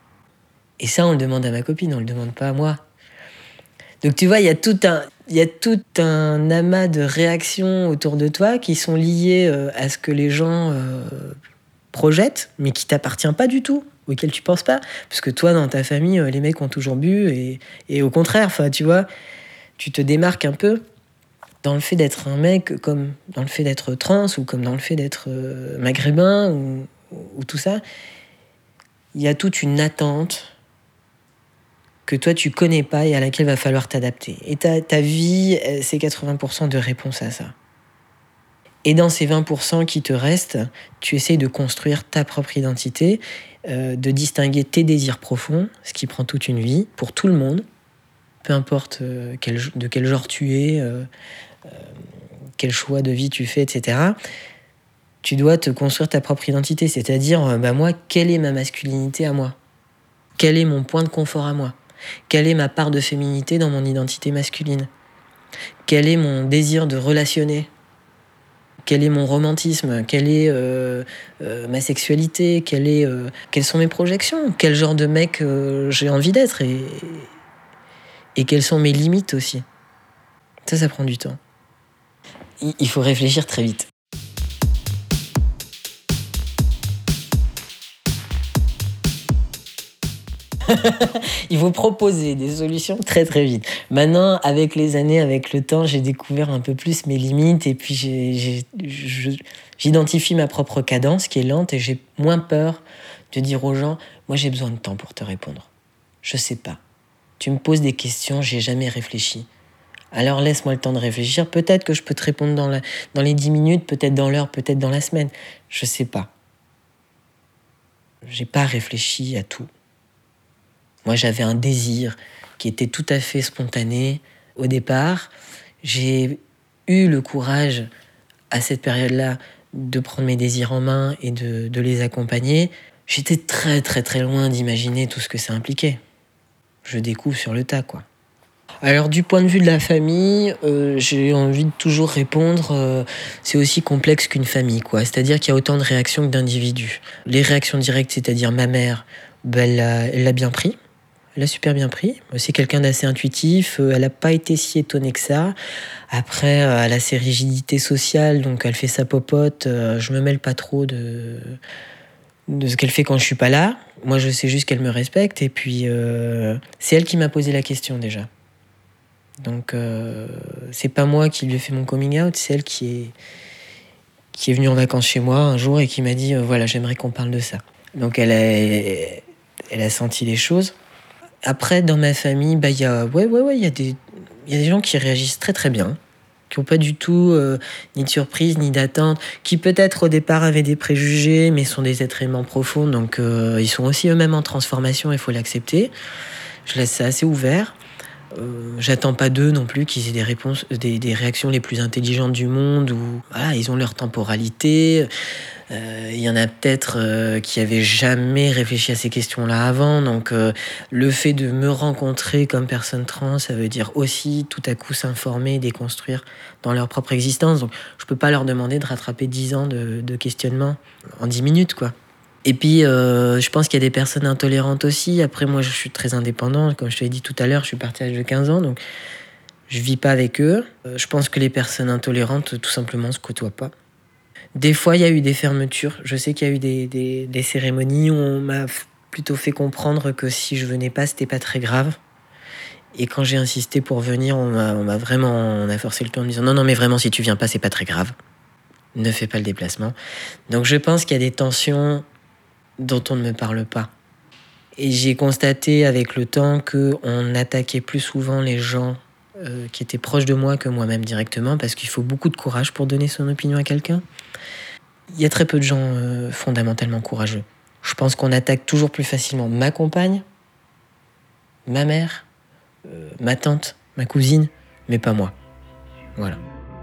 [SPEAKER 2] Et ça, on le demande à ma copine, on le demande pas à moi. Donc tu vois, il y a tout un, il y a tout un amas de réactions autour de toi qui sont liées euh, à ce que les gens euh, projettent, mais qui t'appartient pas du tout, auquel tu penses pas, parce que toi, dans ta famille, euh, les mecs ont toujours bu et, et au contraire, enfin, tu vois, tu te démarques un peu dans le fait d'être un mec, comme dans le fait d'être trans ou comme dans le fait d'être euh, maghrébin ou, ou tout ça. Il y a toute une attente que toi tu connais pas et à laquelle va falloir t'adapter. Et ta, ta vie, c'est quatre-vingts pour cent de réponse à ça. Et dans ces vingt pour cent qui te restent, tu essayes de construire ta propre identité, euh, de distinguer tes désirs profonds, ce qui prend toute une vie, pour tout le monde, peu importe euh, quel, de quel genre tu es, euh, euh, quel choix de vie tu fais, et cetera. Tu dois te construire ta propre identité, c'est-à-dire, euh, bah moi, quelle est ma masculinité à moi ? Quel est mon point de confort à moi ? Quelle est ma part de féminité dans mon identité masculine ? Quel est mon désir de relationner ? Quel est mon romantisme ? Quelle est euh, euh, ma sexualité ? Quelle est, euh, Quelles sont mes projections ? Quel genre de mec euh, j'ai envie d'être ? Et, et quelles sont mes limites aussi ? Ça, ça prend du temps. Il faut réfléchir très vite. Il faut proposer des solutions très très vite. Maintenant, avec les années, avec le temps, j'ai découvert un peu plus mes limites et puis j'ai, j'ai, je, j'identifie ma propre cadence qui est lente et j'ai moins peur de dire aux gens « Moi, j'ai besoin de temps pour te répondre. Je sais pas. Tu me poses des questions, j'ai jamais réfléchi Alors laisse-moi le temps de réfléchir. Peut-être que je peux te répondre dans, la, dans les dix minutes, peut-être dans l'heure, peut-être dans la semaine. Je sais pas. J'ai pas réfléchi à tout. Moi, j'avais un désir qui était tout à fait spontané au départ. J'ai eu le courage, à cette période-là, de prendre mes désirs en main et de, de les accompagner. J'étais très, très, très loin d'imaginer tout ce que ça impliquait. Je découvre sur le tas, quoi. Alors, du point de vue de la famille, euh, j'ai envie de toujours répondre, euh, c'est aussi complexe qu'une famille, quoi. C'est-à-dire qu'il y a autant de réactions que d'individus. Les réactions directes, c'est-à-dire ma mère, ben, elle, l'a, elle l'a bien pris. Elle a super bien pris. C'est quelqu'un d'assez intuitif. Elle n'a pas été si étonnée que ça. Après, elle a ses rigidités sociales, donc elle fait sa popote. Je me mêle pas trop de, de ce qu'elle fait quand je suis pas là. Moi, je sais juste qu'elle me respecte. Et puis, euh, c'est elle qui m'a posé la question déjà. Donc, euh, c'est pas moi qui lui ai fait mon coming out. C'est elle qui est, qui est venue en vacances chez moi un jour et qui m'a dit euh, voilà, j'aimerais qu'on parle de ça. Donc, elle a, elle a senti les choses. Après, dans ma famille, bah, y a, ouais, ouais, ouais, y a des, y a des gens qui réagissent très très bien, qui n'ont pas du tout euh, ni de surprise, ni d'attente, qui peut-être au départ avaient des préjugés, mais sont des êtres aimants profonds, donc euh, ils sont aussi eux-mêmes en transformation, il faut l'accepter. Je laisse ça assez ouvert. Euh, j'attends pas d'eux non plus qu'ils aient des réponses, des, des réactions les plus intelligentes du monde, ou voilà, ils ont leur temporalité. Il euh, y en a peut-être euh, qui n'avaient jamais réfléchi à ces questions-là avant. Donc, euh, le fait de me rencontrer comme personne trans, ça veut dire aussi tout à coup s'informer, déconstruire dans leur propre existence. Donc, je ne peux pas leur demander de rattraper dix ans de, de questionnement en dix minutes, quoi. Et puis, euh, je pense qu'il y a des personnes intolérantes aussi. Après, moi, je suis très indépendant. Comme je te l'ai dit tout à l'heure, je suis parti à l'âge de quinze ans. Donc, je ne vis pas avec eux. Euh, je pense que les personnes intolérantes, tout simplement, ne se côtoient pas. Des fois, il y a eu des fermetures. Je sais qu'il y a eu des, des, des cérémonies où on m'a plutôt fait comprendre que si je venais pas, c'était pas très grave. Et quand j'ai insisté pour venir, on m'a, on m'a vraiment, on a forcé le temps en me disant non, non, mais vraiment, si tu viens pas, c'est pas très grave. Ne fais pas le déplacement. Donc, je pense qu'il y a des tensions dont on ne me parle pas. Et j'ai constaté avec le temps qu'on attaquait plus souvent les gens euh, qui étaient proches de moi que moi-même directement, parce qu'il faut beaucoup de courage pour donner son opinion à quelqu'un. Il y a très peu de gens euh, fondamentalement courageux. Je pense qu'on attaque toujours plus facilement ma compagne, ma mère, euh, ma tante, ma cousine, mais pas moi. Voilà.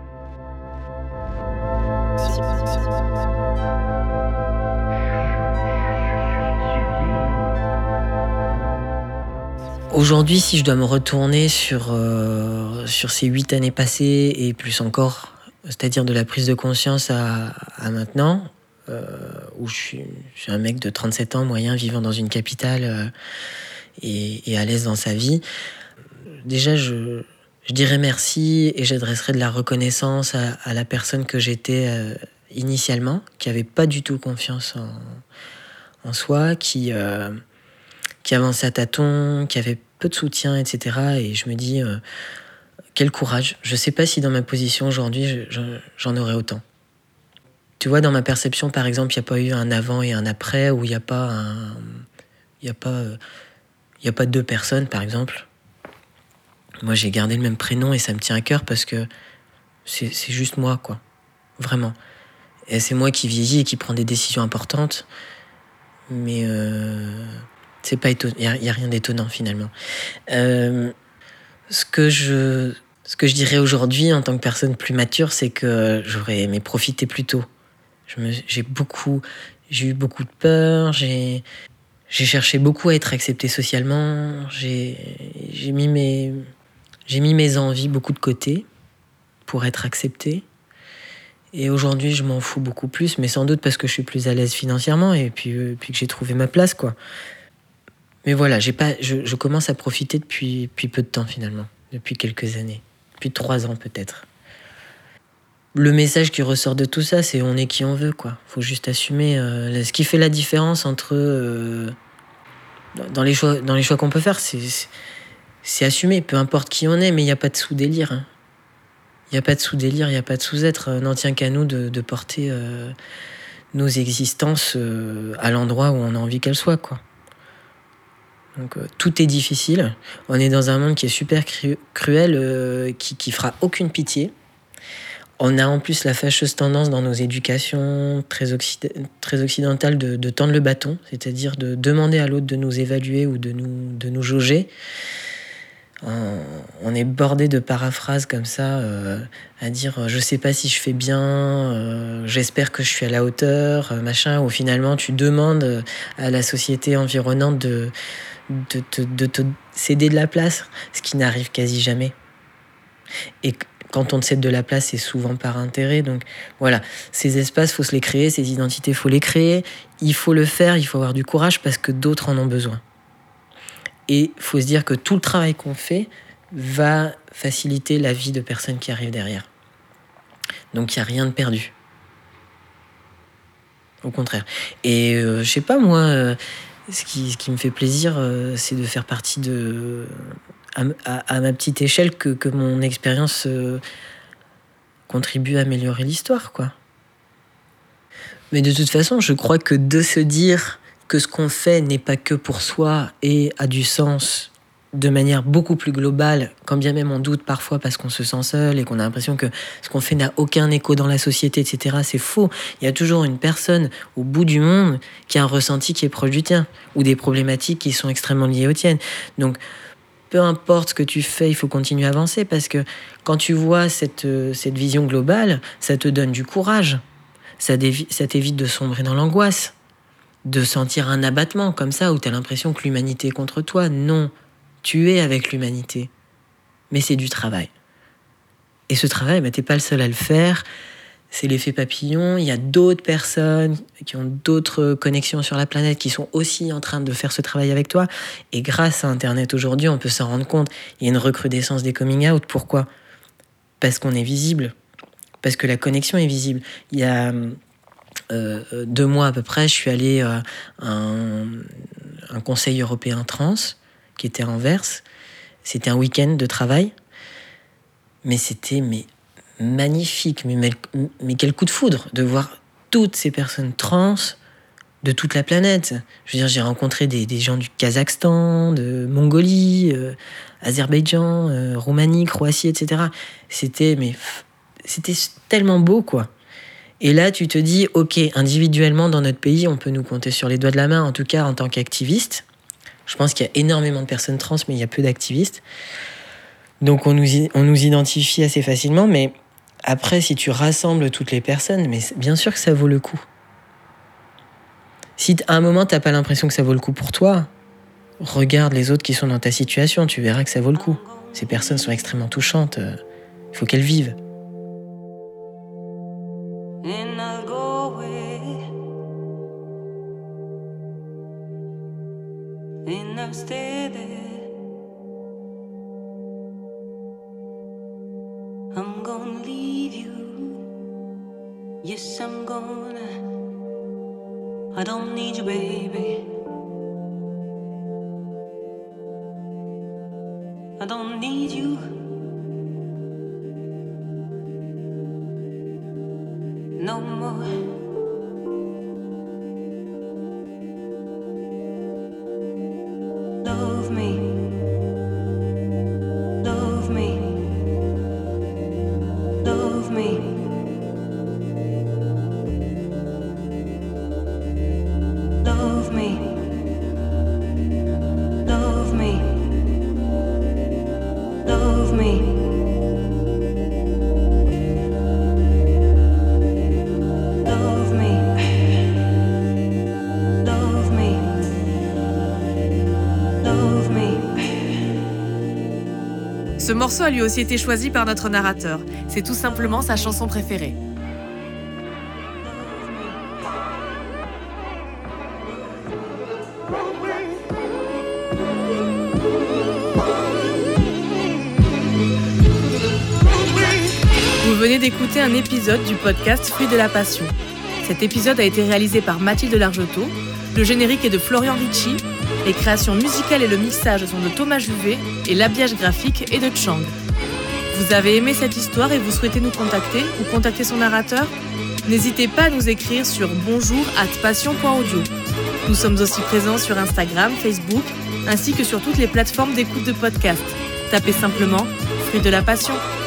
[SPEAKER 2] Aujourd'hui, si je dois me retourner sur, euh, sur ces huit années passées et plus encore, c'est-à-dire de la prise de conscience à, à maintenant, euh, où je suis, je suis un mec de trente-sept ans, moyen, vivant dans une capitale euh, et, et à l'aise dans sa vie, déjà je, je dirais merci et j'adresserai de la reconnaissance à, à la personne que j'étais euh, initialement, qui n'avait pas du tout confiance en, en soi, qui... Euh, qui avançait à tâtons, qui avait peu de soutien, et cetera. Et je me dis, euh, quel courage. Je ne sais pas si dans ma position aujourd'hui, je, je, j'en aurais autant. Tu vois, dans ma perception, par exemple, il n'y a pas eu un avant et un après, où il n'y a pas un... Il n'y a pas... Euh, il n'y a pas deux personnes, par exemple. Moi, j'ai gardé le même prénom et ça me tient à cœur parce que c'est, c'est juste moi, quoi. Vraiment. Et c'est moi qui vieillis et qui prends des décisions importantes. Mais... Euh... C'est pas étonnant, il n'y a, a rien d'étonnant finalement. Euh, ce, que je, ce que je dirais aujourd'hui en tant que personne plus mature, c'est que j'aurais aimé profiter plus tôt. Je me, j'ai, beaucoup, j'ai eu beaucoup de peur, j'ai, j'ai cherché beaucoup à être accepté socialement, j'ai, j'ai, mis mes, j'ai mis mes envies beaucoup de côté pour être accepté. Et aujourd'hui, je m'en fous beaucoup plus, mais sans doute parce que je suis plus à l'aise financièrement et puis, euh, puis que j'ai trouvé ma place, quoi. Mais voilà, j'ai pas, je, je commence à profiter depuis, depuis peu de temps finalement, depuis quelques années, depuis trois ans peut-être. Le message qui ressort de tout ça, c'est on est qui on veut, quoi. Faut juste assumer. Euh, ce qui fait la différence entre euh, dans les choix, dans les choix qu'on peut faire, c'est, c'est, c'est assumer, peu importe qui on est, mais il n'y a pas de sous-délire. Hein. Il n'y a pas de sous-délire, il n'y a pas de sous-être. N'en tient qu'à nous de, de porter euh, nos existences euh, à l'endroit où on a envie qu'elles soient, quoi. Donc euh, tout est difficile. On est dans un monde qui est super cru- cruel, euh, qui, qui fera aucune pitié. On a en plus la fâcheuse tendance dans nos éducations très, occid- très occidentales de, de tendre le bâton, c'est-à-dire de demander à l'autre de nous évaluer ou de nous, de nous jauger. On, on est bordé de paraphrases comme ça, euh, à dire « je sais pas si je fais bien, euh, j'espère que je suis à la hauteur euh, », machin, où finalement tu demandes à la société environnante de, de, de, de te céder de la place, ce qui n'arrive quasi jamais. Et quand on te cède de la place, c'est souvent par intérêt. Donc voilà, ces espaces, il faut se les créer, ces identités, il faut les créer. Il faut le faire, il faut avoir du courage parce que d'autres en ont besoin. Et il faut se dire que tout le travail qu'on fait va faciliter la vie de personnes qui arrivent derrière. Donc il n'y a rien de perdu. Au contraire. Et euh, je sais pas, moi, euh, ce, qui, ce qui me fait plaisir, euh, c'est de faire partie de... À, à, à ma petite échelle, que, que mon expérience euh, contribue à améliorer l'histoire, quoi. Mais de toute façon, je crois que de se dire que ce qu'on fait n'est pas que pour soi et a du sens de manière beaucoup plus globale, quand bien même on doute parfois parce qu'on se sent seul et qu'on a l'impression que ce qu'on fait n'a aucun écho dans la société, et cetera, c'est faux. Il y a toujours une personne au bout du monde qui a un ressenti qui est proche du tien ou des problématiques qui sont extrêmement liées aux tiennes. Donc, peu importe ce que tu fais, il faut continuer à avancer parce que quand tu vois cette, cette vision globale, ça te donne du courage. Ça, dévi- ça t'évite de sombrer dans l'angoisse, de sentir un abattement comme ça où tu as l'impression que l'humanité est contre toi. Non, tu es avec l'humanité. Mais c'est du travail. Et ce travail, bah, tu n'es pas le seul à le faire. C'est l'effet papillon. Il y a d'autres personnes qui ont d'autres connexions sur la planète qui sont aussi en train de faire ce travail avec toi. Et grâce à Internet aujourd'hui, on peut s'en rendre compte. Il y a une recrudescence des coming out. Pourquoi ? Parce qu'on est visible. Parce que la connexion est visible. Il y a euh, deux mois à peu près, je suis allée à un, un conseil européen trans qui était à Anvers. C'était un week-end de travail. Mais c'était... Mais, magnifique, mais, mais, mais quel coup de foudre de voir toutes ces personnes trans de toute la planète. Je veux dire, j'ai rencontré des, des gens du Kazakhstan, de Mongolie, euh, Azerbaïdjan, euh, Roumanie, Croatie, et cetera. C'était, mais, c'était tellement beau, quoi. Et là, tu te dis, ok, individuellement, dans notre pays, on peut nous compter sur les doigts de la main, en tout cas en tant qu'activiste. Je pense qu'il y a énormément de personnes trans, mais il y a peu d'activistes. Donc on nous, on nous identifie assez facilement, mais après, si tu rassembles toutes les personnes, mais bien sûr que ça vaut le coup. Si à un moment, tu n'as pas l'impression que ça vaut le coup pour toi, regarde les autres qui sont dans ta situation, tu verras que ça vaut le coup. Ces personnes sont extrêmement touchantes, il faut qu'elles vivent.
[SPEAKER 3] I'm gonna leave you. Yes, I'm gonna. I don't need you, baby. I don't need you. No more. Love me. Love me. Love me. Love me. Love me. Love me. Love me. Love me. Love me.
[SPEAKER 1] Ce morceau a lui aussi été choisi par notre narrateur. C'est tout simplement sa chanson préférée. Vous venez d'écouter un épisode du podcast Fruit de la Passion. Cet épisode a été réalisé par Mathilde Largetot. Le générique est de Florian Ricci. Les créations musicales et le mixage sont de Thomas Juvet et l'habillage graphique est de Chang. Vous avez aimé cette histoire et vous souhaitez nous contacter ou contacter son narrateur ? N'hésitez pas à nous écrire sur bonjour arobase passion point audio. Nous sommes aussi présents sur Instagram, Facebook ainsi que sur toutes les plateformes d'écoute de podcast. Tapez simplement Fruits de la Passion.